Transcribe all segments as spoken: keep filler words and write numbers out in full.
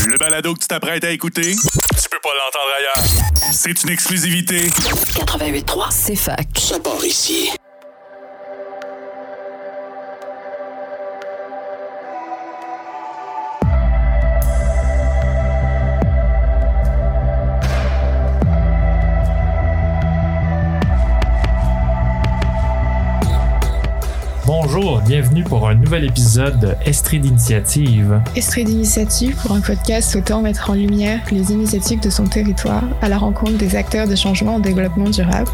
Le balado que tu t'apprêtes à écouter, tu peux pas l'entendre ailleurs. C'est une exclusivité. quatre-vingt-huit trois, c'est fac. Ça part ici. Bonjour, bienvenue pour un nouvel épisode de Estrie d'initiative. Estrie d'initiative pour un podcast souhaitant mettre en lumière les initiatives de son territoire à la rencontre des acteurs de changement au développement durable.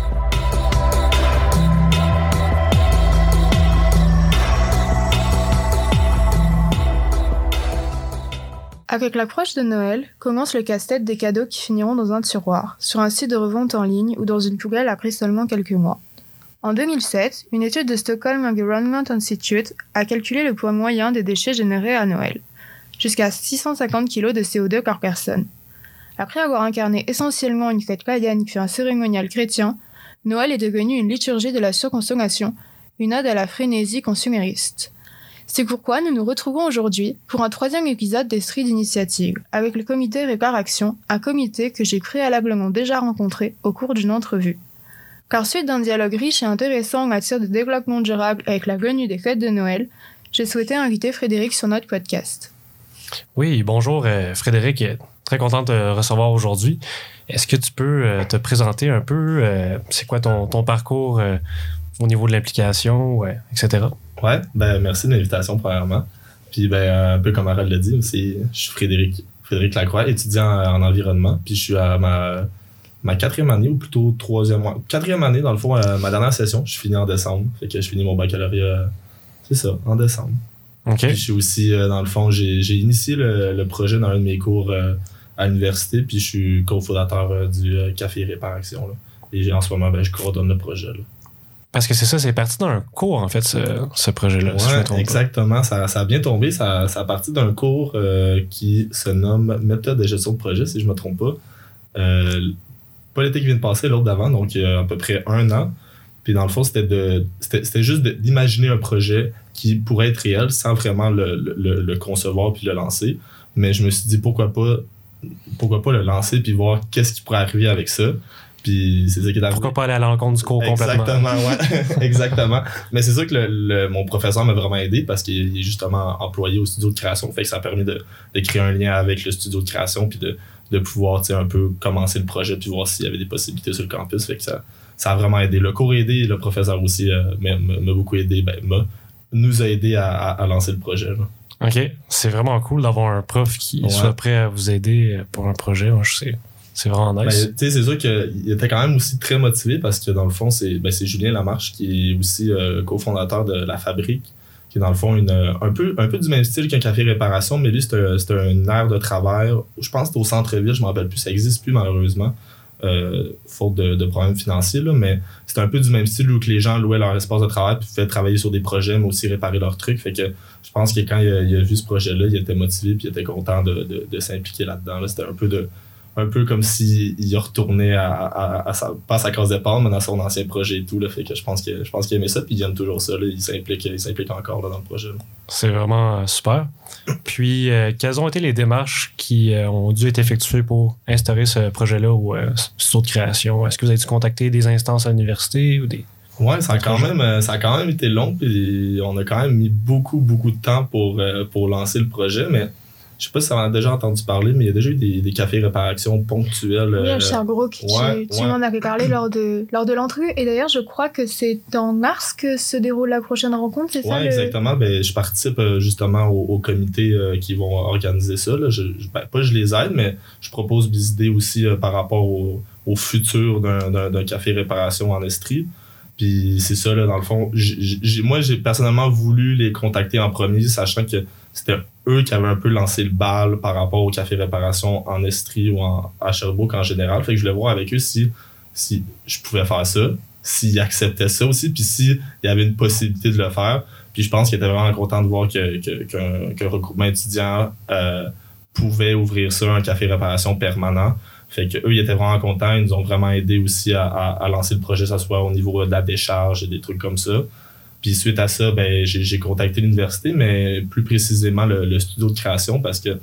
Avec l'approche de Noël, commence le casse-tête des cadeaux qui finiront dans un tiroir, sur un site de revente en ligne ou dans une poubelle après seulement quelques mois. En deux mille sept, une étude de Stockholm Environment Institute a calculé le poids moyen des déchets générés à Noël, jusqu'à six cent cinquante kilos de C O deux par personne. Après avoir incarné essentiellement une fête païenne puis un cérémonial chrétien, Noël est devenu une liturgie de la surconsommation, une ode à la frénésie consumériste. C'est pourquoi nous nous retrouvons aujourd'hui pour un troisième épisode d'Estrie d'initiative, avec le comité Réparaction, un comité que j'ai préalablement déjà rencontré au cours d'une entrevue. Car suite d'un dialogue riche et intéressant en matière de développement durable avec la venue des fêtes de Noël, j'ai souhaité inviter Frédéric sur notre podcast. Oui, bonjour euh, Frédéric, très content de te recevoir aujourd'hui. Est-ce que tu peux euh, te présenter un peu, euh, c'est quoi ton, ton parcours euh, au niveau de l'implication, ouais, et cetera? Ouais, ben merci de l'invitation premièrement. Puis ben un peu comme Harold l'a dit, c'est, je suis Frédéric, Frédéric Lacroix, étudiant en, en environnement, puis je suis à ma... ma quatrième année, ou plutôt troisième mois. Quatrième année, dans le fond, euh, ma dernière session, je finis en décembre. Fait que je finis mon baccalauréat, euh, c'est ça, en décembre. OK. Puis je suis aussi, euh, dans le fond, j'ai, j'ai initié le, le projet dans un de mes cours euh, à l'université, puis je suis cofondateur euh, du euh, Café Réparaction. Là. Et en ce moment, ben, je coordonne le projet. Là. Parce que c'est ça, c'est parti d'un cours, en fait, ce, ce projet-là, Ouais, si je me trompe exactement. Ça, ça a bien tombé. Ça, ça a parti d'un cours euh, qui se nomme Méthode de gestion de projet, si je me trompe pas. Euh, pas l'été qui vient de passer, l'autre d'avant, donc il y a à peu près un an. Puis dans le fond, c'était de c'était, c'était juste de, d'imaginer un projet qui pourrait être réel sans vraiment le, le, le concevoir puis le lancer. Mais je me suis dit pourquoi pas pourquoi pas le lancer puis voir qu'est-ce qui pourrait arriver avec ça. Puis c'est ça qui est arrivé. Pourquoi pas aller à l'encontre du cours complètement? Exactement, ouais. Exactement. Mais c'est sûr que le, le, mon professeur m'a vraiment aidé parce qu'il est justement employé au studio de création. Fait que ça a permis de, de créer un lien avec le studio de création puis de de pouvoir un peu commencer le projet puis voir s'il y avait des possibilités sur le campus. Fait que ça, ça a vraiment aidé. Le cours a aidé, le professeur aussi euh, m'a, m'a beaucoup aidé, ben, m'a, nous a aidé à, à, à lancer le projet. Là. OK. C'est vraiment cool d'avoir un prof qui ouais. soit prêt à vous aider pour un projet. Moi, je sais. C'est vraiment nice. Ben, c'est sûr qu'il était quand même aussi très motivé parce que dans le fond, c'est, ben, c'est Julien Lamarche qui est aussi euh, cofondateur de La Fabrique, qui est dans le fond une, un, peu, un peu du même style qu'un café réparation, mais lui, c'est, un, c'est une aire de travail. Je pense que c'est au centre-ville, je ne me rappelle plus, ça n'existe plus malheureusement, euh, faute de, de problèmes financiers, là, mais c'est un peu du même style où que les gens louaient leur espace de travail puis pouvaient travailler sur des projets, mais aussi réparer leurs trucs. Fait que je pense que quand il a, il a vu ce projet-là, il était motivé puis il était content de, de, de s'impliquer là-dedans. Là. C'était un peu de... un peu comme s'il retournait à, à, à sa, pas à sa case départ, mais dans son ancien projet et tout. Là, fait que je pense que je pense qu'il aimait ça, puis il aime toujours ça. Là, il s'implique, il s'implique encore là, dans le projet. Là. C'est vraiment euh, super. Puis, euh, quelles ont été les démarches qui euh, ont dû être effectuées pour instaurer ce projet-là ou euh, ce studio de création? Est-ce que vous avez dû contacter des instances à l'université ou des... Ouais, ça a quand même, ça a quand même été long, puis on a quand même mis beaucoup, beaucoup de temps pour, euh, pour lancer le projet, mais je sais pas si ça en a déjà entendu parler, mais il y a déjà eu des, des cafés réparations ponctuels. Oui, à euh, Sherbrooke. Ouais, tu tu ouais. m'en avais parlé lors de, lors de l'entrevue. Et d'ailleurs, je crois que c'est en mars que se déroule la prochaine rencontre, c'est ça? Oui, le... exactement. Ben, je participe euh, justement au, au comité euh, qui vont organiser ça. Là. Je, je, ben, pas je les aide, mais je propose des idées aussi euh, par rapport au, au futur d'un, d'un, d'un café réparation en Estrie. Puis c'est ça, là, dans le fond. J'ai, j'ai, moi, j'ai personnellement voulu les contacter en premier, sachant que c'était eux qui avaient un peu lancé le bal par rapport au café réparation en Estrie ou en, à Sherbrooke en général. Fait que je voulais voir avec eux si, si je pouvais faire ça, s'ils acceptaient ça aussi, puis s'il y avait une possibilité de le faire. Puis je pense qu'ils étaient vraiment contents de voir que, que, qu'un, qu'un regroupement étudiant euh, pouvait ouvrir ça, un café réparation permanent. Fait qu'eux, ils étaient vraiment contents. Ils nous ont vraiment aidé aussi à, à, à lancer le projet, que ce soit au niveau de la décharge et des trucs comme ça. Puis suite à ça, ben j'ai, j'ai contacté l'université, mais plus précisément le, le studio de création parce que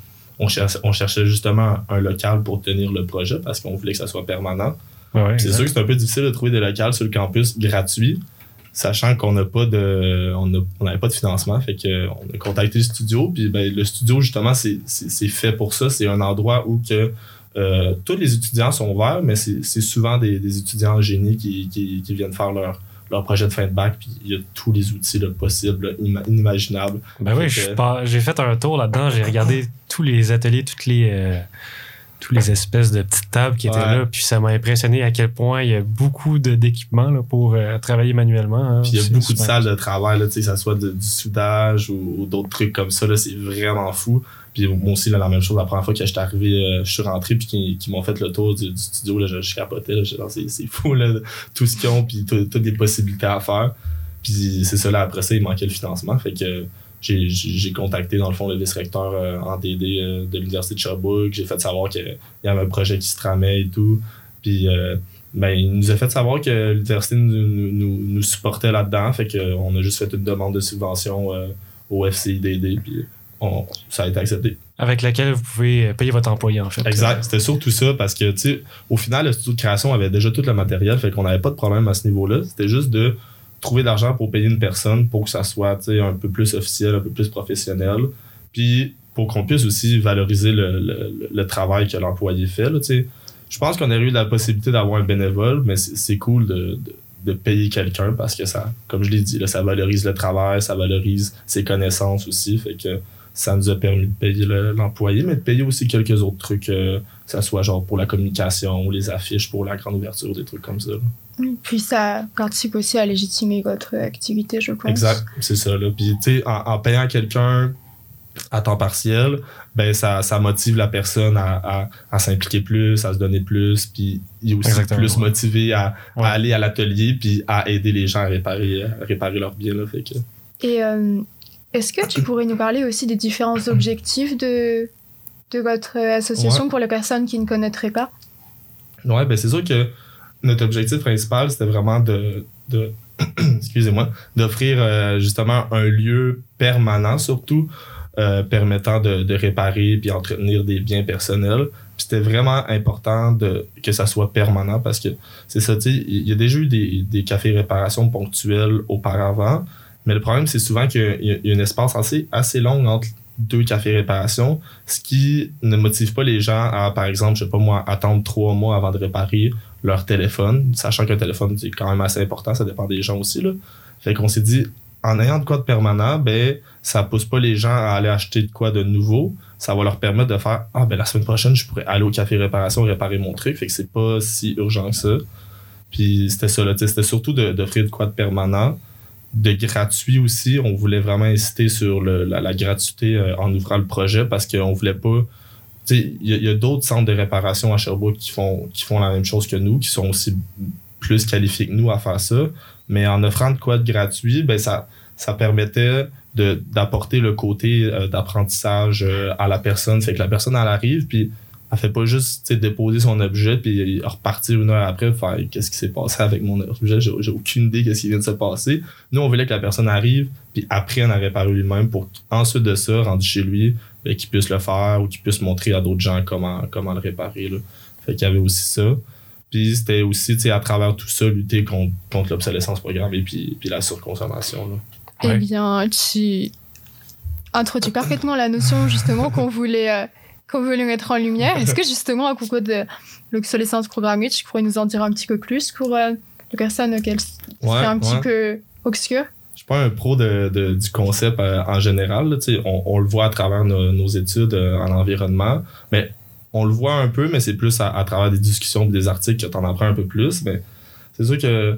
on, cherchait, on cherchait justement un local pour tenir le projet parce qu'on voulait que ça soit permanent. Ouais, c'est sûr que c'est un peu difficile de trouver des locales sur le campus gratuits, sachant qu'on n'a pas de on n'avait pas de financement. Fait que on a contacté le studio, puis ben, le studio, justement, c'est, c'est, c'est fait pour ça. C'est un endroit où que euh, tous les étudiants sont ouverts, mais c'est, c'est souvent des, des étudiants en génie qui, qui, qui viennent faire leur, leur projet de fin de bac, puis il y a tous les outils là, possibles, là, ima- inimaginables. Ben oui, je pas, j'ai fait un tour là-dedans, j'ai regardé tous les ateliers, toutes les... Euh... toutes les espèces de petites tables qui étaient ouais. là, puis ça m'a impressionné à quel point il y a beaucoup de, d'équipements là, pour euh, travailler manuellement. Hein. Puis il y a c'est beaucoup super. de salles de travail, là, que ça soit de, du soudage ou, ou d'autres trucs comme ça, là, c'est vraiment fou. Puis moi aussi, là, la même chose, la première fois que j'étais arrivé, euh, je suis rentré, puis qu'ils, qu'ils m'ont fait le tour du, du studio, là, je, je capotais, là, je, genre, c'est, c'est fou, là, tout ce qu'ils ont, puis toutes les possibilités à faire. Puis c'est ça, là, après ça, il manquait le financement, fait que J'ai, j'ai contacté, dans le fond, le vice-recteur euh, en D D euh, de l'Université de Sherbrooke. J'ai fait savoir qu'il y avait un projet qui se tramait et tout. Puis, euh, ben, il nous a fait savoir que l'université nous, nous, nous, nous supportait là-dedans. Fait qu'on a juste fait une demande de subvention euh, au F C I D D. Puis, on, ça a été accepté. Avec laquelle vous pouvez payer votre employé, en fait. Exact. C'était surtout ça parce que, tu sais, au final, le studio de création avait déjà tout le matériel. Fait qu'on n'avait pas de problème à ce niveau-là. C'était juste de trouver de l'argent pour payer une personne pour que ça soit un peu plus officiel, un peu plus professionnel. Puis pour qu'on puisse aussi valoriser le, le, le travail que l'employé fait. Là, je pense qu'on aurait eu la possibilité d'avoir un bénévole, mais c'est, c'est cool de, de, de payer quelqu'un parce que ça, comme je l'ai dit, là, ça valorise le travail, ça valorise ses connaissances aussi. Fait que ça nous a permis de payer le, l'employé, mais de payer aussi quelques autres trucs, euh, que ça soit genre pour la communication, les affiches pour la grande ouverture, des trucs comme ça. Là. Puis ça participe aussi à légitimer votre activité, je pense. Exact, c'est ça. Là. Puis, tu sais, en, en payant quelqu'un à temps partiel, ben ça, ça motive la personne à, à, à s'impliquer plus, à se donner plus, puis il est aussi Exactement, plus ouais. motivé à, ouais. à aller à l'atelier puis à aider les gens à réparer, à réparer leurs biens. Là, fait que... Et euh, est-ce que tu pourrais nous parler aussi des différents objectifs de, de votre association ouais. pour les personnes qui ne connaîtraient pas? Ouais, ben c'est sûr que notre objectif principal, c'était vraiment de, de excusez-moi, d'offrir euh, justement un lieu permanent, surtout, euh, permettant de, de réparer puis entretenir des biens personnels. Puis c'était vraiment important de, que ça soit permanent parce que c'est ça, tu sais, il y a déjà eu des, des cafés réparation ponctuels auparavant, mais le problème, c'est souvent qu'il y a, il y a un espace assez, assez long entre deux cafés réparation, ce qui ne motive pas les gens à, par exemple, je sais pas moi, attendre trois mois avant de réparer leur téléphone, sachant qu'un téléphone, c'est quand même assez important, ça dépend des gens aussi, là. Fait qu'on s'est dit, en ayant de quoi de permanent, ben, ça pousse pas les gens à aller acheter de quoi de nouveau, ça va leur permettre de faire, ah, ben, la semaine prochaine, je pourrais aller au café réparation réparer mon truc, fait que c'est pas si urgent que ça. Puis c'était ça, là, c'était surtout de, d'offrir de quoi de permanent, de gratuit aussi. On voulait vraiment insister sur le, la, la gratuité euh, en ouvrant le projet parce qu'on voulait pas. Tu sais, il y, y a d'autres centres de réparation à Sherbrooke qui font, qui font la même chose que nous, qui sont aussi plus qualifiés que nous à faire ça. Mais en offrant de quoi de gratuit, ben ça, ça permettait de, d'apporter le côté euh, d'apprentissage euh, à la personne. Fait que la personne, elle arrive, puis elle fait pas juste déposer son objet puis repartir une heure après faire qu'est-ce qui s'est passé avec mon objet, j'ai, j'ai aucune idée qu'est-ce qui vient de se passer. Nous, on voulait que la personne arrive puis apprenne à réparer lui-même pour ensuite de ça, rendu chez lui, ben, qu'il puisse le faire ou qu'il puisse montrer à d'autres gens comment, comment le réparer. Là. Fait qu'il y avait aussi ça. Puis c'était aussi, tu sais, à travers tout ça, lutter contre, contre l'obsolescence programmée puis, puis la surconsommation. Là. Eh ouais. bien, tu introduis parfaitement la notion justement qu'on voulait... Euh... qu'on veut le mettre en lumière. Est-ce que justement, à propos de l'obsolescence programmée, tu pourrais nous en dire un petit peu plus pour euh, les personnes auxquelles c'est ouais, un petit ouais. peu obscur? Je suis pas un pro de, de, du concept euh, en général. Là, on, on le voit à travers nos, nos études euh, en environnement, mais on le voit un peu, mais c'est plus à, à travers des discussions et des articles que tu en apprends un peu plus. Mais c'est sûr que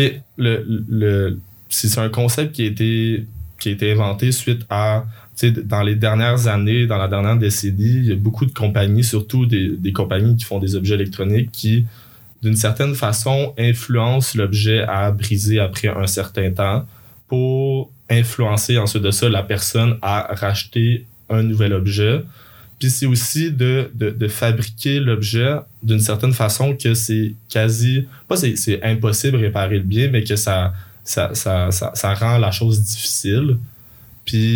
le, le, c'est un concept qui a été, qui a été inventé suite à... T'sais, dans les dernières années, dans la dernière décennie, il y a beaucoup de compagnies, surtout des, des compagnies qui font des objets électroniques qui, d'une certaine façon, influencent l'objet à briser après un certain temps pour influencer ensuite de ça la personne à racheter un nouvel objet. Puis c'est aussi de, de, de fabriquer l'objet d'une certaine façon que c'est quasi... Pas c'est, c'est impossible de réparer le bien, mais que ça, ça, ça, ça, ça rend la chose difficile. Puis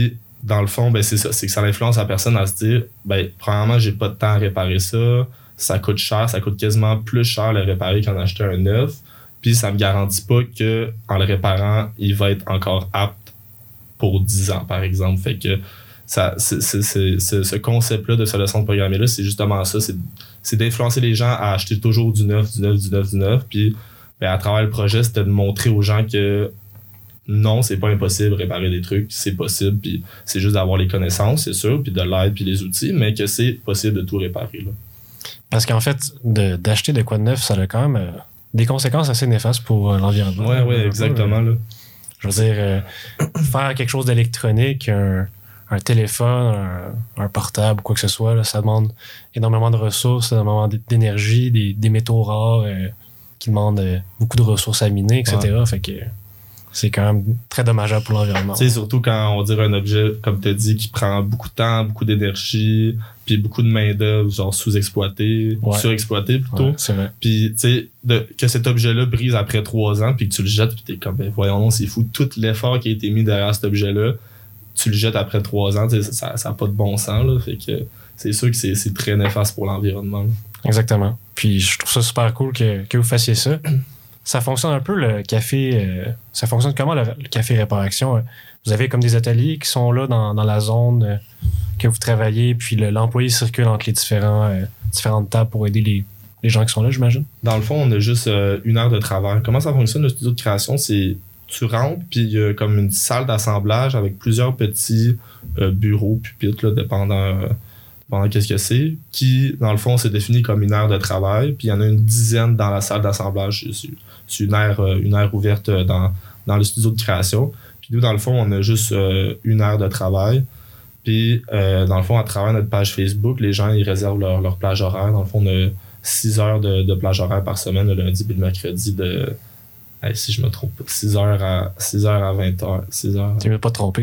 dans le fond, ben c'est ça, c'est que ça influence la personne à se dire, ben premièrement, j'ai pas de temps à réparer ça, ça coûte cher, ça coûte quasiment plus cher le réparer qu'en acheter un neuf, puis ça me garantit pas que en le réparant, il va être encore apte pour dix ans, par exemple. Fait que ça, c'est, c'est, c'est, c'est, ce concept-là de obsolescence programmée-là, c'est justement ça, c'est, c'est d'influencer les gens à acheter toujours du neuf, du neuf, du neuf, du neuf, puis ben, à travers le projet, c'était de montrer aux gens que non, c'est pas impossible de réparer des trucs, c'est possible, puis c'est juste d'avoir les connaissances, c'est sûr, puis de l'aide, puis les outils, mais que c'est possible de tout réparer. Là. Parce qu'en fait, de, d'acheter de quoi de neuf, ça a quand même euh, des conséquences assez néfastes pour euh, l'environnement. Oui, oui, exactement. Là. Je veux dire, euh, faire quelque chose d'électronique, un, un téléphone, un, un portable, quoi que ce soit, là, ça demande énormément de ressources, énormément d'énergie, des, des métaux rares euh, qui demandent euh, beaucoup de ressources à miner, et cetera. Ouais. Fait que c'est quand même très dommageable pour l'environnement. Tu sais, surtout quand on dirait un objet, comme tu as dit, qui prend beaucoup de temps, beaucoup d'énergie, puis beaucoup de main-d'œuvre, genre sous-exploité, ouais. surexploité plutôt. Ouais, c'est vrai. Puis, tu sais, que cet objet-là brise après trois ans, puis que tu le jettes, puis t'es comme, ben voyons, non, c'est fou. Tout l'effort qui a été mis derrière cet objet-là, tu le jettes après trois ans, tu sais, ça n'a pas de bon sens, là. Fait que c'est sûr que c'est, c'est très néfaste pour l'environnement. Là. Exactement. Puis, je trouve ça super cool que, que vous fassiez ça. Ça fonctionne un peu le café. Euh, ça fonctionne comment le, le café réparation? Vous avez comme des ateliers qui sont là dans, dans la zone euh, que vous travaillez, puis le, l'employé circule entre les différents, euh, différentes tables pour aider les, les gens qui sont là, j'imagine? Dans le fond, on a juste euh, une heure de travail. Comment ça fonctionne le studio de création? C'est tu rentres, puis il y a comme une salle d'assemblage avec plusieurs petits euh, bureaux, pupitres, là, dépendant. Euh, pendant qu'est-ce que c'est, qui, dans le fond, c'est défini comme une heure de travail, puis il y en a une dizaine dans la salle d'assemblage. C'est, c'est une aire, une aire ouverte dans, dans le studio de création. Puis nous, dans le fond, on a juste euh, une heure de travail. Puis, euh, dans le fond, à travers notre page Facebook, les gens, ils réservent leur, leur plage horaire. Dans le fond, on a six heures de, de plage horaire par semaine, le lundi et le mercredi, de... Hey, si je me trompe pas, six heures à, six heures à vingt heures. six heures. Tu ne veux pas te tromper.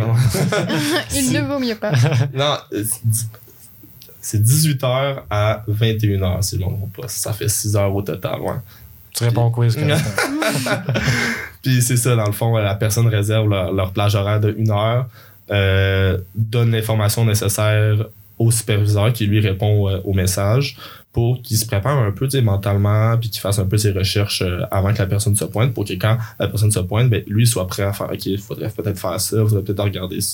Il ne vaut mieux pas. Non, c'est dix-huit heures à vingt et une heures, si je ne me trompe pas. Ça fait six heures au total, ouais. Tu réponds au quiz quand même. Puis c'est ça, dans le fond, la personne réserve leur, leur plage horaire de une heure, euh, donne l'information nécessaire au superviseur qui lui répond euh, au message pour qu'il se prépare un peu mentalement, puis qu'il fasse un peu ses recherches euh, avant que la personne se pointe, pour que quand la personne se pointe, ben, lui soit prêt à faire « OK, il faudrait peut-être faire ça, il faudrait peut-être regarder ça »,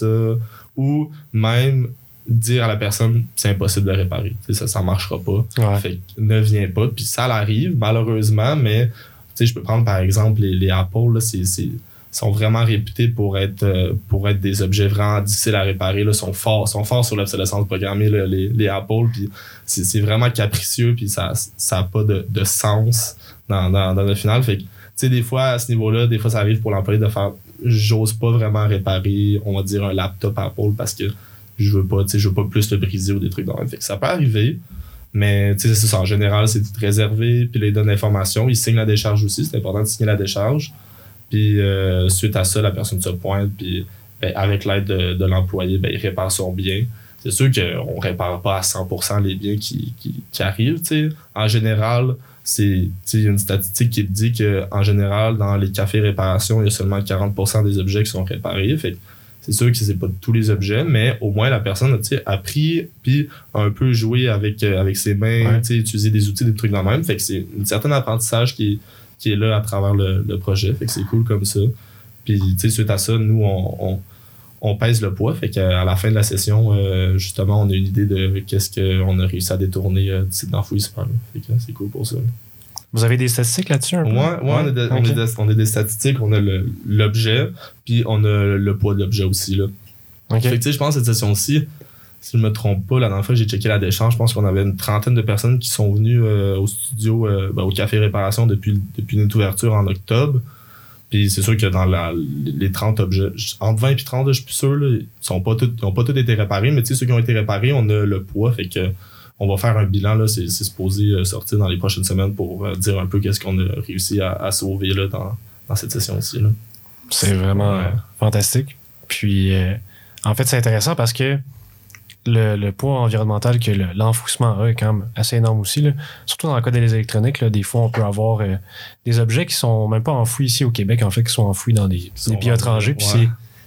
ou même dire à la personne c'est impossible de réparer, ça ça marchera pas, ouais. Fait que ne viens pas, puis ça l'arrive malheureusement, mais je peux prendre par exemple les, les Apple là, c'est, c'est sont vraiment réputés pour être euh, pour être des objets vraiment difficiles à réparer là, sont forts sont forts sur l'obsolescence programmée là, les les Apple, puis c'est c'est vraiment capricieux, puis ça ça a pas de, de sens dans dans dans le final, fait que tu sais des fois à ce niveau-là, des fois ça arrive pour l'employé de faire j'ose pas vraiment réparer, on va dire un laptop Apple parce que je veux pas, tu sais, je veux pas plus le briser ou des trucs dans le fait que ça peut arriver, mais tu sais, c'est ça, en général, c'est réservé, puis ils donnent l'information, ils signent la décharge aussi, c'est important de signer la décharge, puis euh, suite à ça, la personne se pointe, puis ben, avec l'aide de, de l'employé, ben, il répare son bien. C'est sûr qu'on répare pas à cent pour cent les biens qui, qui, qui arrivent, tu sais. En général, c'est, tu sais, il y a une statistique qui dit que en général, dans les cafés réparation, il y a seulement quarante pour cent des objets qui sont réparés, fait que c'est sûr que c'est pas tous les objets, mais au moins la personne a appris puis a un peu joué avec, euh, avec ses mains, ouais. Utiliser des outils, des trucs dans le même. Fait que c'est un certain apprentissage qui, qui est là à travers le, le projet. Fait que c'est cool comme ça. Puis suite à ça, nous, on, on, on pèse le poids. Fait qu'à la fin de la session, euh, justement, on a une idée de qu'est-ce qu'on a réussi à détourner euh, d'ici d'enfouissement. Fait que c'est cool pour ça. Là. Vous avez des statistiques là-dessus un peu? Ouais, ouais, on a, de, okay. on, a des, on a des statistiques, on a le, l'objet, puis on a le poids de l'objet aussi. Là. Okay. Fait que tu sais, je pense que cette session-ci, si je me trompe pas, la dernière fois que j'ai checké la décharge, je pense qu'on avait une trentaine de personnes qui sont venues euh, au studio, euh, ben, au Café Réparation depuis, depuis notre ouverture en octobre. Puis c'est sûr que dans la, les trente objets, entre vingt et trente, je suis plus sûr, là, ils n'ont pas tous été réparés, mais tu sais, ceux qui ont été réparés, on a le poids, fait que on va faire un bilan, là, c'est, c'est supposé sortir dans les prochaines semaines pour euh, dire un peu qu'est-ce qu'on a réussi à, à sauver là, dans, dans cette session-ci. Là. C'est vraiment ouais. euh, fantastique. Puis, euh, en fait, c'est intéressant parce que le, le poids environnemental que le, l'enfouissement a est quand même assez énorme aussi. Là. Surtout dans le cas des électroniques, là, des fois, on peut avoir euh, des objets qui sont même pas enfouis ici au Québec, en fait, qui sont enfouis dans des, des pays étrangers. Puis ouais. c'est,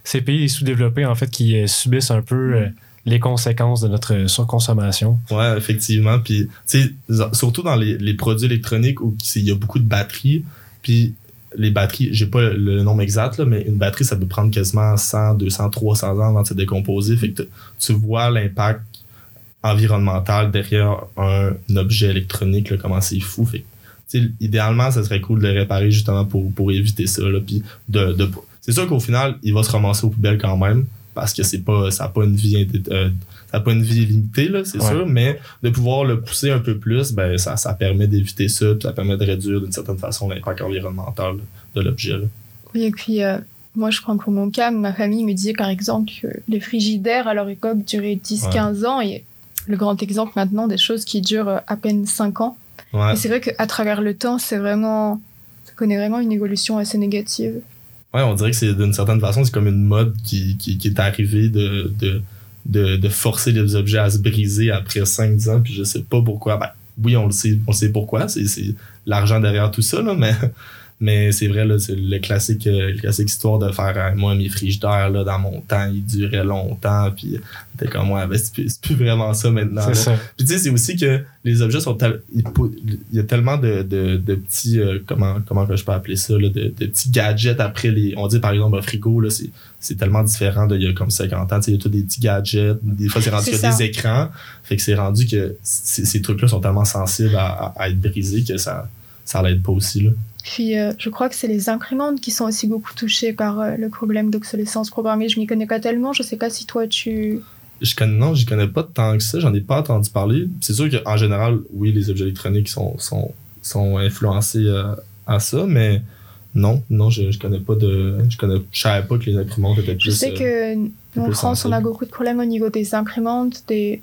ces pays sous-développés, en fait, qui euh, subissent un peu euh, les conséquences de notre surconsommation. Ouais, effectivement. Puis, tu sais, surtout dans les, les produits électroniques où il y a beaucoup de batteries, puis les batteries, j'ai pas le, le nombre exact, là, mais une batterie, ça peut prendre quasiment cent, deux cents, trois cents ans avant de se décomposer. Fait que tu vois l'impact environnemental derrière un, un objet électronique, là, comment c'est fou. Fait que, idéalement, ça serait cool de le réparer justement pour, pour éviter ça. Là, puis de, de, c'est sûr qu'au final, il va se ramasser aux poubelles quand même, parce que c'est pas, ça n'a pas une vie euh, ça a pas une vie limitée, là, c'est ouais. sûr, mais de pouvoir le pousser un peu plus, ben ça, ça permet d'éviter ça, puis ça permet de réduire d'une certaine façon l'impact environnemental de l'objet. Là. Oui, et puis euh, moi je crois que pour mon cas, ma famille me disait par exemple que les frigidaires à leur époque duraient dix à quinze ouais. ans, et le grand exemple maintenant des choses qui durent à peine cinq ans. Ouais. Et c'est vrai qu'à travers le temps, c'est vraiment, ça connaît vraiment une évolution assez négative. Ouais, on dirait que c'est d'une certaine façon, c'est comme une mode qui, qui, qui est arrivée de, de, de, de forcer les objets à se briser après cinq dix ans, puis je sais pas pourquoi. Ben, oui, on le sait, on sait pourquoi, c'est, c'est l'argent derrière tout ça, là, mais, mais c'est vrai, là, c'est le classique, le classique histoire de faire, hein, moi, mes frigidaires, là, dans mon temps, ils duraient longtemps, puis t'es comme, ouais, ben, c'est plus, c'est plus vraiment ça maintenant. C'est ça. Puis tu sais, c'est aussi que les objets sont, tel, il, il y a tellement de, de, de petits, euh, comment, comment que je peux appeler ça, là, de, de petits gadgets après les, on dit par exemple un frigo, là, c'est, c'est tellement différent d'il y a comme cinquante ans, tu sais, il y a tous des petits gadgets, des fois c'est rendu c'est que ça. Des écrans, fait que c'est rendu que c- ces trucs-là sont tellement sensibles à, à, à être brisés que ça, ça l'aide pas aussi, là. Puis, euh, je crois que c'est les imprimantes qui sont aussi beaucoup touchées par euh, le problème d'obsolescence programmée. Je m'y connais pas tellement. Je sais pas si toi, tu... Je connais, non, j'y connais pas tant que ça. J'en ai pas entendu parler. C'est sûr qu'en général, oui, les objets électroniques sont, sont, sont influencés euh, à ça, mais non, non, je, je connais pas de... Je connais, je savais pas que les imprimantes étaient plus... Je sais que euh, en France, sensible. On a beaucoup de problèmes au niveau des imprimantes, des...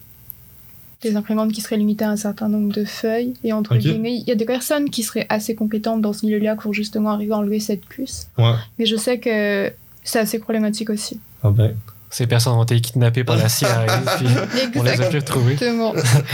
des imprimantes qui seraient limitées à un certain nombre de feuilles. Et entre okay. guillemets, il y a des personnes qui seraient assez compétentes dans ce milieu-là pour justement arriver à enlever cette puce. Ouais. Mais je sais que c'est assez problématique aussi. Ah ben. Ces personnes ont été kidnappées par la C I A, puis on les a pu retrouver. Exactement.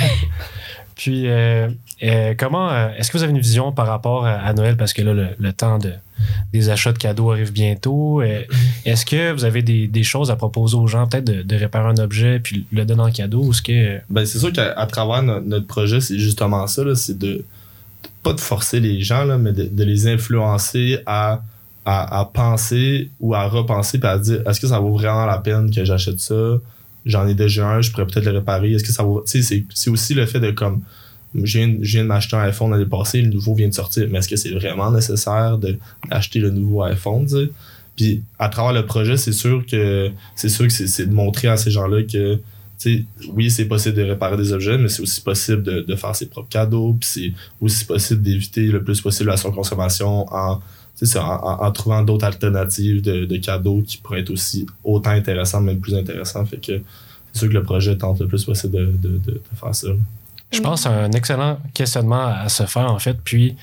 Puis, euh, euh, comment... Euh, est-ce que vous avez une vision par rapport à, à Noël? Parce que là, le, le temps de, des achats de cadeaux arrive bientôt. Euh, est-ce que vous avez des, des choses à proposer aux gens, peut-être de, de réparer un objet puis le donner en cadeau? Ou est-ce que... Ben, c'est sûr qu'à à travers no, notre projet, c'est justement ça. Là, c'est de, de... Pas de forcer les gens, là, mais de, de les influencer à, à, à penser ou à repenser puis à dire, est-ce que ça vaut vraiment la peine que j'achète ça? J'en ai déjà un, je pourrais peut-être le réparer. Est-ce que ça vaut... Tu sais, c'est, c'est aussi le fait de comme... Je viens, je viens de m'acheter un iPhone l'année passée, le nouveau vient de sortir. Mais est-ce que c'est vraiment nécessaire de, d'acheter le nouveau iPhone, tu sais? Puis à travers le projet, c'est sûr que c'est sûr que c'est, c'est de montrer à ces gens-là que, tu sais, oui, c'est possible de réparer des objets, mais c'est aussi possible de, de faire ses propres cadeaux. Puis c'est aussi possible d'éviter le plus possible la surconsommation en, tu sais, en, en, en trouvant d'autres alternatives de, de cadeaux qui pourraient être aussi autant intéressantes, même plus intéressantes. Fait que c'est sûr que le projet tente le plus possible de, de, de, de faire ça. Je pense que c'est un excellent questionnement à se faire, en fait, puis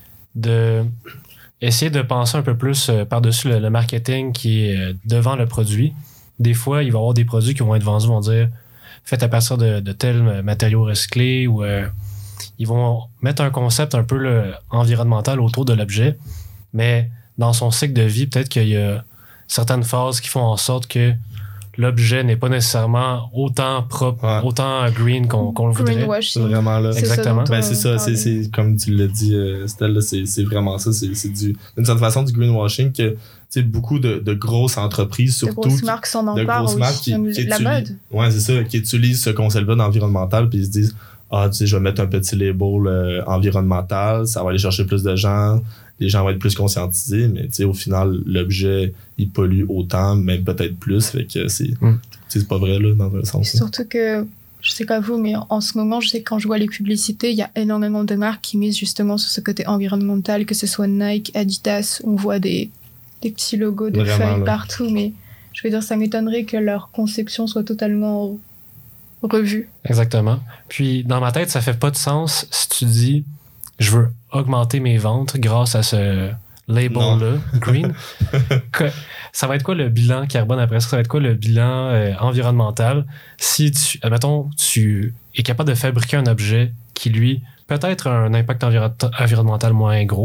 de essayer de penser un peu plus par-dessus le, le marketing qui est devant le produit. Des fois, il va y avoir des produits qui vont être vendus, vont dire faites à partir de, de tels matériaux recyclés, ou euh, ils vont mettre un concept un peu là, environnemental autour de l'objet, mais dans son cycle de vie, peut-être qu'il y a certaines phases qui font en sorte que l'objet n'est pas nécessairement autant propre, ouais. autant green qu'on, qu'on le voudrait. Greenwashing. C'est vraiment là. C'est exactement. Ça ben, c'est ça, c'est, c'est comme tu l'as dit, euh, Stella, c'est, c'est vraiment ça. C'est, c'est du, d'une certaine façon du greenwashing que, tu sais, beaucoup de, de grosses entreprises, surtout. De grosses marques s'en emparent aussi. Marques qui, qui la mode. Ouais, c'est ça, qui utilisent ce concept-là d'environnemental puis ils se disent, ah, tu sais, je vais mettre un petit label euh, environnemental, ça va aller chercher plus de gens. Les gens vont être plus conscientisés, mais tu sais, au final, l'objet, il pollue autant, même peut-être plus, fait que c'est, mm. c'est pas vrai, là, dans un sens. Surtout que, je sais pas vous, mais en ce moment, je sais que quand je vois les publicités, il y a énormément de marques qui misent justement sur ce côté environnemental, que ce soit Nike, Adidas, on voit des, des petits logos de Vraiment, feuilles là. Partout, mais je veux dire, ça m'étonnerait que leur conception soit totalement revue. Exactement. Puis, dans ma tête, ça fait pas de sens si tu dis je veux augmenter mes ventes grâce à ce label-là, green. Ça va être quoi le bilan carbone après ça? Ça va être quoi le bilan euh, environnemental? Si tu, admettons, tu es capable de fabriquer un objet qui, lui, peut-être a un impact enviro- environnemental moins gros,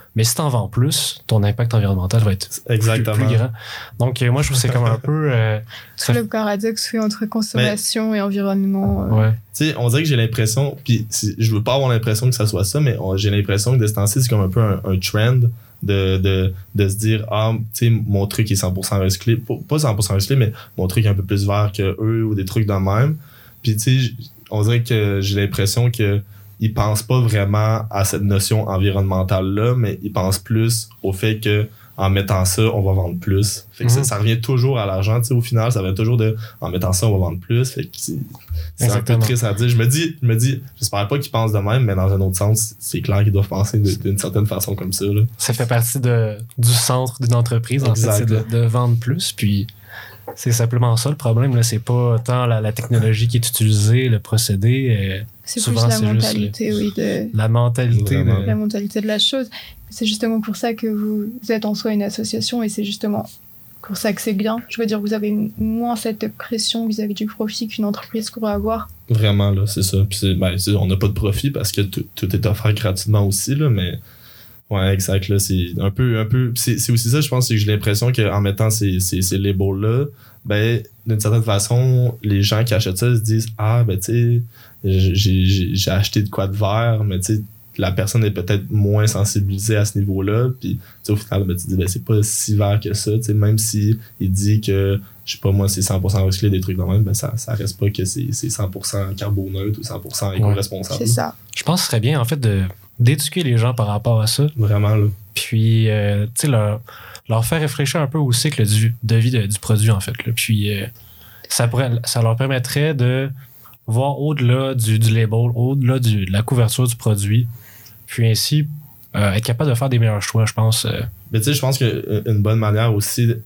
Mais si tu en vends plus, ton impact environnemental va être Exactement. Plus, plus grand. Donc, euh, moi, je trouve que c'est comme un peu... Euh, c'est le paradoxe oui, entre consommation mais, et environnement. Euh. Ouais. Tu sais, on dirait que j'ai l'impression, puis je veux pas avoir l'impression que ça soit ça, mais on, j'ai l'impression que de ce temps-ci, c'est comme un peu un, un trend de, de, de se dire, ah, tu sais, mon truc est cent pour cent recyclé. Pas cent pour cent recyclé, mais mon truc est un peu plus vert que eux ou des trucs de même. Puis, tu sais, on dirait que j'ai l'impression que ils pensent pas vraiment à cette notion environnementale-là, mais ils pensent plus au fait que en mettant ça, on va vendre plus. Fait que mm-hmm. ça, ça revient toujours à l'argent, tu sais, au final, ça vient toujours de en mettant ça, on va vendre plus. Fait que c'est, c'est un peu triste à dire. Je me dis, je me dis, j'espère pas qu'ils pensent de même, mais dans un autre sens, c'est clair qu'ils doivent penser de, d'une certaine façon comme ça. Là. Ça fait partie de, du centre d'une entreprise, en fait, c'est de, de vendre plus, puis c'est simplement ça le problème, là. C'est pas tant la, la technologie qui est utilisée, le procédé. Euh, c'est souvent, plus la c'est mentalité, juste, oui. De... La mentalité. De... La mentalité de la chose. C'est justement pour ça que vous êtes en soi une association et c'est justement pour ça que c'est bien. Je veux dire, vous avez moins cette pression vis-à-vis du profit qu'une entreprise pourrait avoir. Vraiment, là, c'est ça. Puis c'est, ben, c'est, on n'a pas de profit parce que tout, tout est offert gratuitement aussi, là, mais. Ouais, exact, là, c'est un peu, un peu, c'est, c'est aussi ça, je pense, c'est que j'ai l'impression qu'en mettant ces, ces, ces labels-là, ben, d'une certaine façon, les gens qui achètent ça se disent, ah, ben, tu sais, j'ai, j'ai, j'ai acheté de quoi de vert, mais tu sais, la personne est peut-être moins sensibilisée à ce niveau-là, puis, tu sais, au final, ben, tu dis, ben, c'est pas si vert que ça, tu sais, même si il dit que, je sais pas, moi, c'est cent pour cent recyclé, des trucs de même, ben, ça, ça reste pas que c'est, c'est cent pour cent carboneutre ou cent pour cent éco-responsable. Ouais, c'est ça. Je pense que ce serait bien, en fait, de, d'éduquer les gens par rapport à ça. Vraiment, là. Puis, euh, tu sais, leur, leur faire réfléchir un peu au cycle du, de vie de, du produit, en fait. Là. Puis, euh, ça, pourrait, ça leur permettrait de voir au-delà du, du label, au-delà du, de la couverture du produit, puis ainsi euh, être capable de faire des meilleurs choix, je pense. Euh. Mais tu sais, je pense qu'une bonne manière aussi de,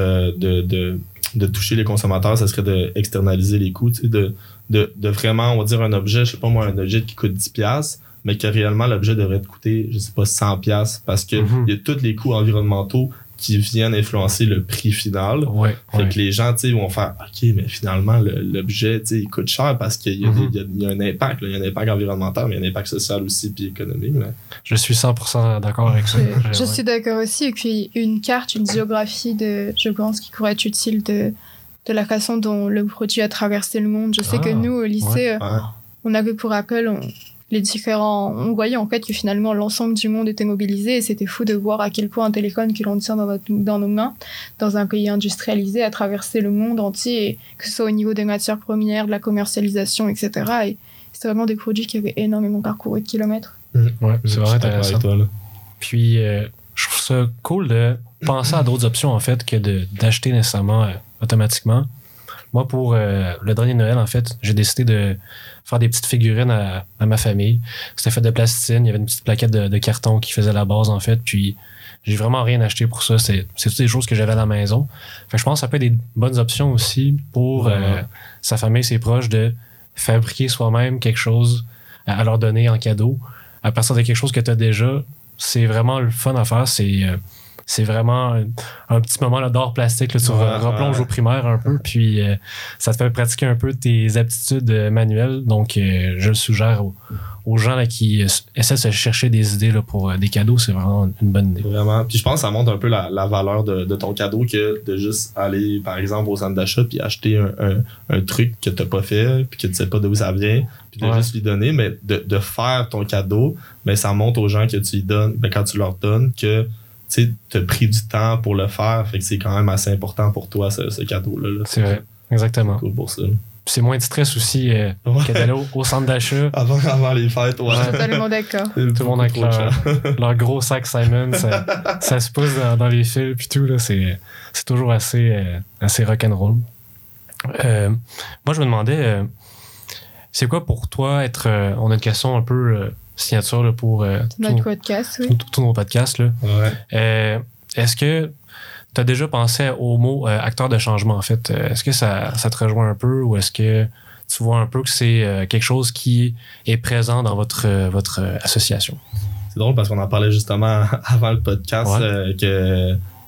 de, de, de toucher les consommateurs, ça serait d'externaliser les coûts, tu sais, de, de, de vraiment, on va dire, un objet, je sais pas moi, un objet qui coûte dix dollars, mais que réellement l'objet devrait te coûter, je sais pas, cent dollars parce que mm-hmm. il y a tous les coûts environnementaux qui viennent influencer le prix final. Ouais, fait ouais. que les gens, tu sais, vont faire, OK, mais finalement, le, l'objet, tu sais, il coûte cher parce qu'il y a, mm-hmm. des, il y a, il y a un impact, là. Il y a un impact environnemental, mais il y a un impact social aussi, puis économique. Là. Je suis cent pour cent d'accord avec ça. Je, je suis d'accord aussi. Et puis, une carte, une géographie de, je pense, qui pourrait être utile de, de la façon dont le produit a traversé le monde. Je sais ah, que nous, au lycée, ouais, euh, ouais. on avait pour rappel, on, les différents, on voyait en fait que finalement l'ensemble du monde était mobilisé et c'était fou de voir à quel point un téléphone que l'on tient dans, notre, dans nos mains, dans un pays industrialisé, a traversé le monde entier, et que ce soit au niveau des matières premières, de la commercialisation, et cetera. Et c'est vraiment des produits qui avaient énormément parcouru de kilomètres. Mmh. Ouais, c'est vraiment intéressant. Toi, là. Puis, euh, je trouve ça cool de penser à d'autres options en fait que de, d'acheter nécessairement euh, automatiquement. Moi, pour euh, le dernier Noël, en fait, j'ai décidé de faire des petites figurines à, à ma famille. C'était fait de plasticine. Il y avait une petite plaquette de, de carton qui faisait la base, en fait. Puis, j'ai vraiment rien acheté pour ça. C'est, c'est toutes des choses que j'avais à la maison. Fait que je pense que ça peut être des bonnes options aussi pour euh, ouais. sa famille, ses proches, de fabriquer soi-même quelque chose à, à leur donner en cadeau. À partir de quelque chose que tu as déjà, c'est vraiment le fun à faire. C'est... Euh, C'est vraiment un, un petit moment là, d'art plastique. Là, tu ouais, replonges ouais. au primaire un peu, puis euh, ça te fait pratiquer un peu tes aptitudes euh, manuelles. Donc, euh, je le suggère aux, aux gens là, qui euh, essaient de se chercher des idées là, pour euh, des cadeaux. C'est vraiment une bonne idée. Vraiment. Puis je pense que ça montre un peu la, la valeur de, de ton cadeau que de juste aller, par exemple, au centre d'achat puis acheter un, un, un truc que tu n'as pas fait puis que tu ne sais pas d'où ça vient puis de ouais. juste lui donner. Mais de, de faire ton cadeau, mais ça montre aux gens que tu lui donnes, ben, quand tu leur donnes, que tu sais, t'as pris du temps pour le faire, fait que c'est quand même assez important pour toi, ce, ce cadeau-là. Là. C'est vrai, exactement. C'est cool pour ça. Puis c'est moins de stress aussi euh, ouais. que d'aller au, au centre d'achat. Avant, avant les fêtes, ouais. Je suis totalement d'accord. Tout le monde avec leur, leur gros sac Simon, ça, ça se pousse dans, dans les fils, puis tout, là, c'est, c'est toujours assez, euh, assez rock'n'roll. Euh, moi, je me demandais, euh, c'est quoi pour toi être... Euh, on a une question un peu... Euh, signature là, pour euh, notre tout, podcast, oui. tous nos podcasts. Là. Ouais. Euh, est-ce que tu as déjà pensé au mot euh, acteur de changement, en fait? Est-ce que ça, ça te rejoint un peu ou est-ce que tu vois un peu que c'est euh, quelque chose qui est présent dans votre, euh, votre euh, association? C'est drôle parce qu'on en parlait justement avant le podcast, ouais. euh, que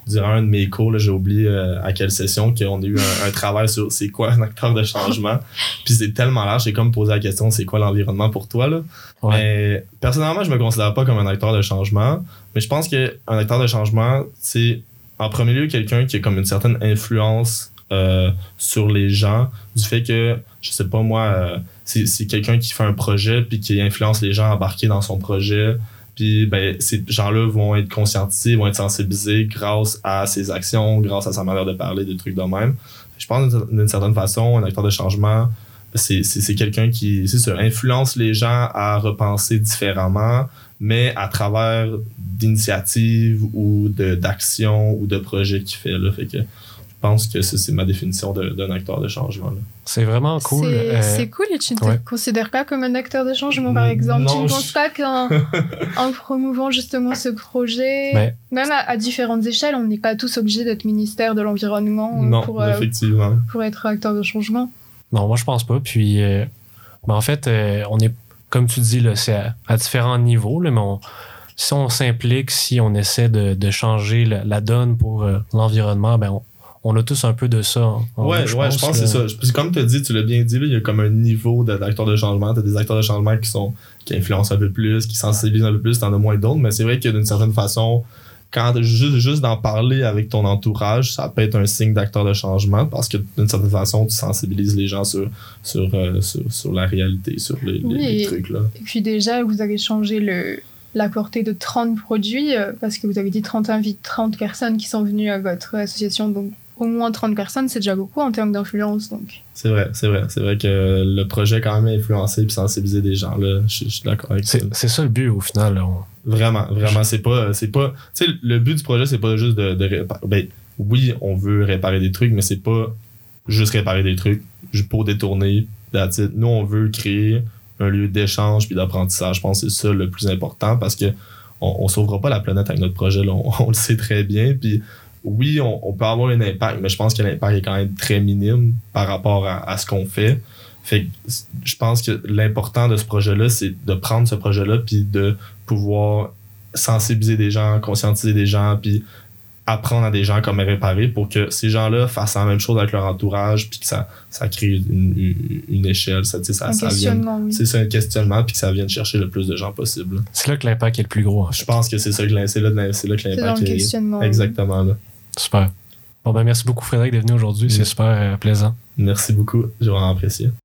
durant un de mes cours, là, j'ai oublié euh, à quelle session qu'on a eu un, un travail sur c'est quoi un acteur de changement. Puis c'est tellement large, j'ai comme posé la question c'est quoi l'environnement pour toi là. Ouais. Mais personnellement, je me considère pas comme un acteur de changement, mais je pense qu'un acteur de changement, c'est en premier lieu quelqu'un qui a comme une certaine influence euh, sur les gens, du fait que, je sais pas moi, euh, c'est, c'est quelqu'un qui fait un projet puis qui influence les gens à embarquer dans son projet. Puis ben, ces gens-là vont être conscientisés, vont être sensibilisés grâce à ses actions, grâce à sa manière de parler, des trucs de même. Je pense d'une certaine façon, un acteur de changement, c'est, c'est, c'est quelqu'un qui c'est ça, influence les gens à repenser différemment, mais à travers d'initiatives ou de, d'actions ou de projets qu'il fait. Là. Fait que je pense que ça, c'est ma définition de, d'un acteur de changement. Là. C'est vraiment cool. C'est, euh... c'est cool et tu ne te ouais. considères pas comme un acteur de changement, par exemple. Non, tu ne je... penses pas qu'en en promouvant justement ce projet, Mais... même à, à différentes échelles, on n'est pas tous obligés d'être ministère de l'Environnement non, pour, euh, effectivement. pour être acteur de changement. Non, moi, je pense pas. Puis, euh, ben, en fait, euh, on est, comme tu dis, là, c'est à, à différents niveaux, là, mais on, si on s'implique, si on essaie de, de changer la, la donne pour euh, l'environnement, ben, on, on a tous un peu de ça. En, en ouais, nous, je ouais, pense, je pense là. que c'est ça. Puis comme tu as dit, tu l'as bien dit, là, il y a comme un niveau de, d'acteurs de changement. Tu as des acteurs de changement qui sont qui influencent un peu plus, qui sensibilisent un peu plus, tu en as moins d'autres. Mais c'est vrai que d'une certaine façon, quand juste, juste d'en parler avec ton entourage, ça peut être un signe d'acteur de changement parce que d'une certaine façon, tu sensibilises les gens sur, sur, euh, sur, sur la réalité, sur les, Oui, les, les et, trucs. Là. Et puis déjà, vous avez changé le, la portée de trente produits euh, parce que vous avez dit trente invités, trente personnes qui sont venues à votre association. Donc au moins trente personnes, c'est déjà beaucoup en termes d'influence. Donc. C'est vrai, c'est vrai. C'est vrai que le projet a quand même influencé et sensibilisé des gens. Là. Je, je suis d'accord avec c'est, ça. C'est ça le but au final. Là. On... Vraiment, vraiment. C'est pas. C'est pas. Tu sais, le but du projet, c'est pas juste de, de réparer. Ben, oui, on veut réparer des trucs, mais c'est pas juste réparer des trucs pour détourner. That's it. Nous, on veut créer un lieu d'échange puis d'apprentissage. Je pense que c'est ça le plus important parce que on, on sauvera pas la planète avec notre projet. Là. On, on le sait très bien. Puis oui, on, on peut avoir un impact, mais je pense que l'impact est quand même très minime par rapport à, à ce qu'on fait. Fait que je pense que l'important de ce projet-là, c'est de prendre ce projet-là puis de pouvoir sensibiliser des gens, conscientiser des gens, puis apprendre à des gens comment réparer pour que ces gens-là fassent la même chose avec leur entourage puis que ça, ça crée une, une, une échelle. Ça, ça, un ça questionnement, vienne, oui. C'est ça, un questionnement puis que ça vienne chercher le plus de gens possible. C'est là que l'impact est le plus gros. En fait. Je pense que c'est ça que c'est là, c'est là que C'est l'impact dans le est. questionnement. Exactement. Là. Super. Bon, ben merci beaucoup, Frédéric, d'être venu aujourd'hui. Mm. C'est super euh, plaisant. Merci beaucoup. J'ai vraiment apprécié.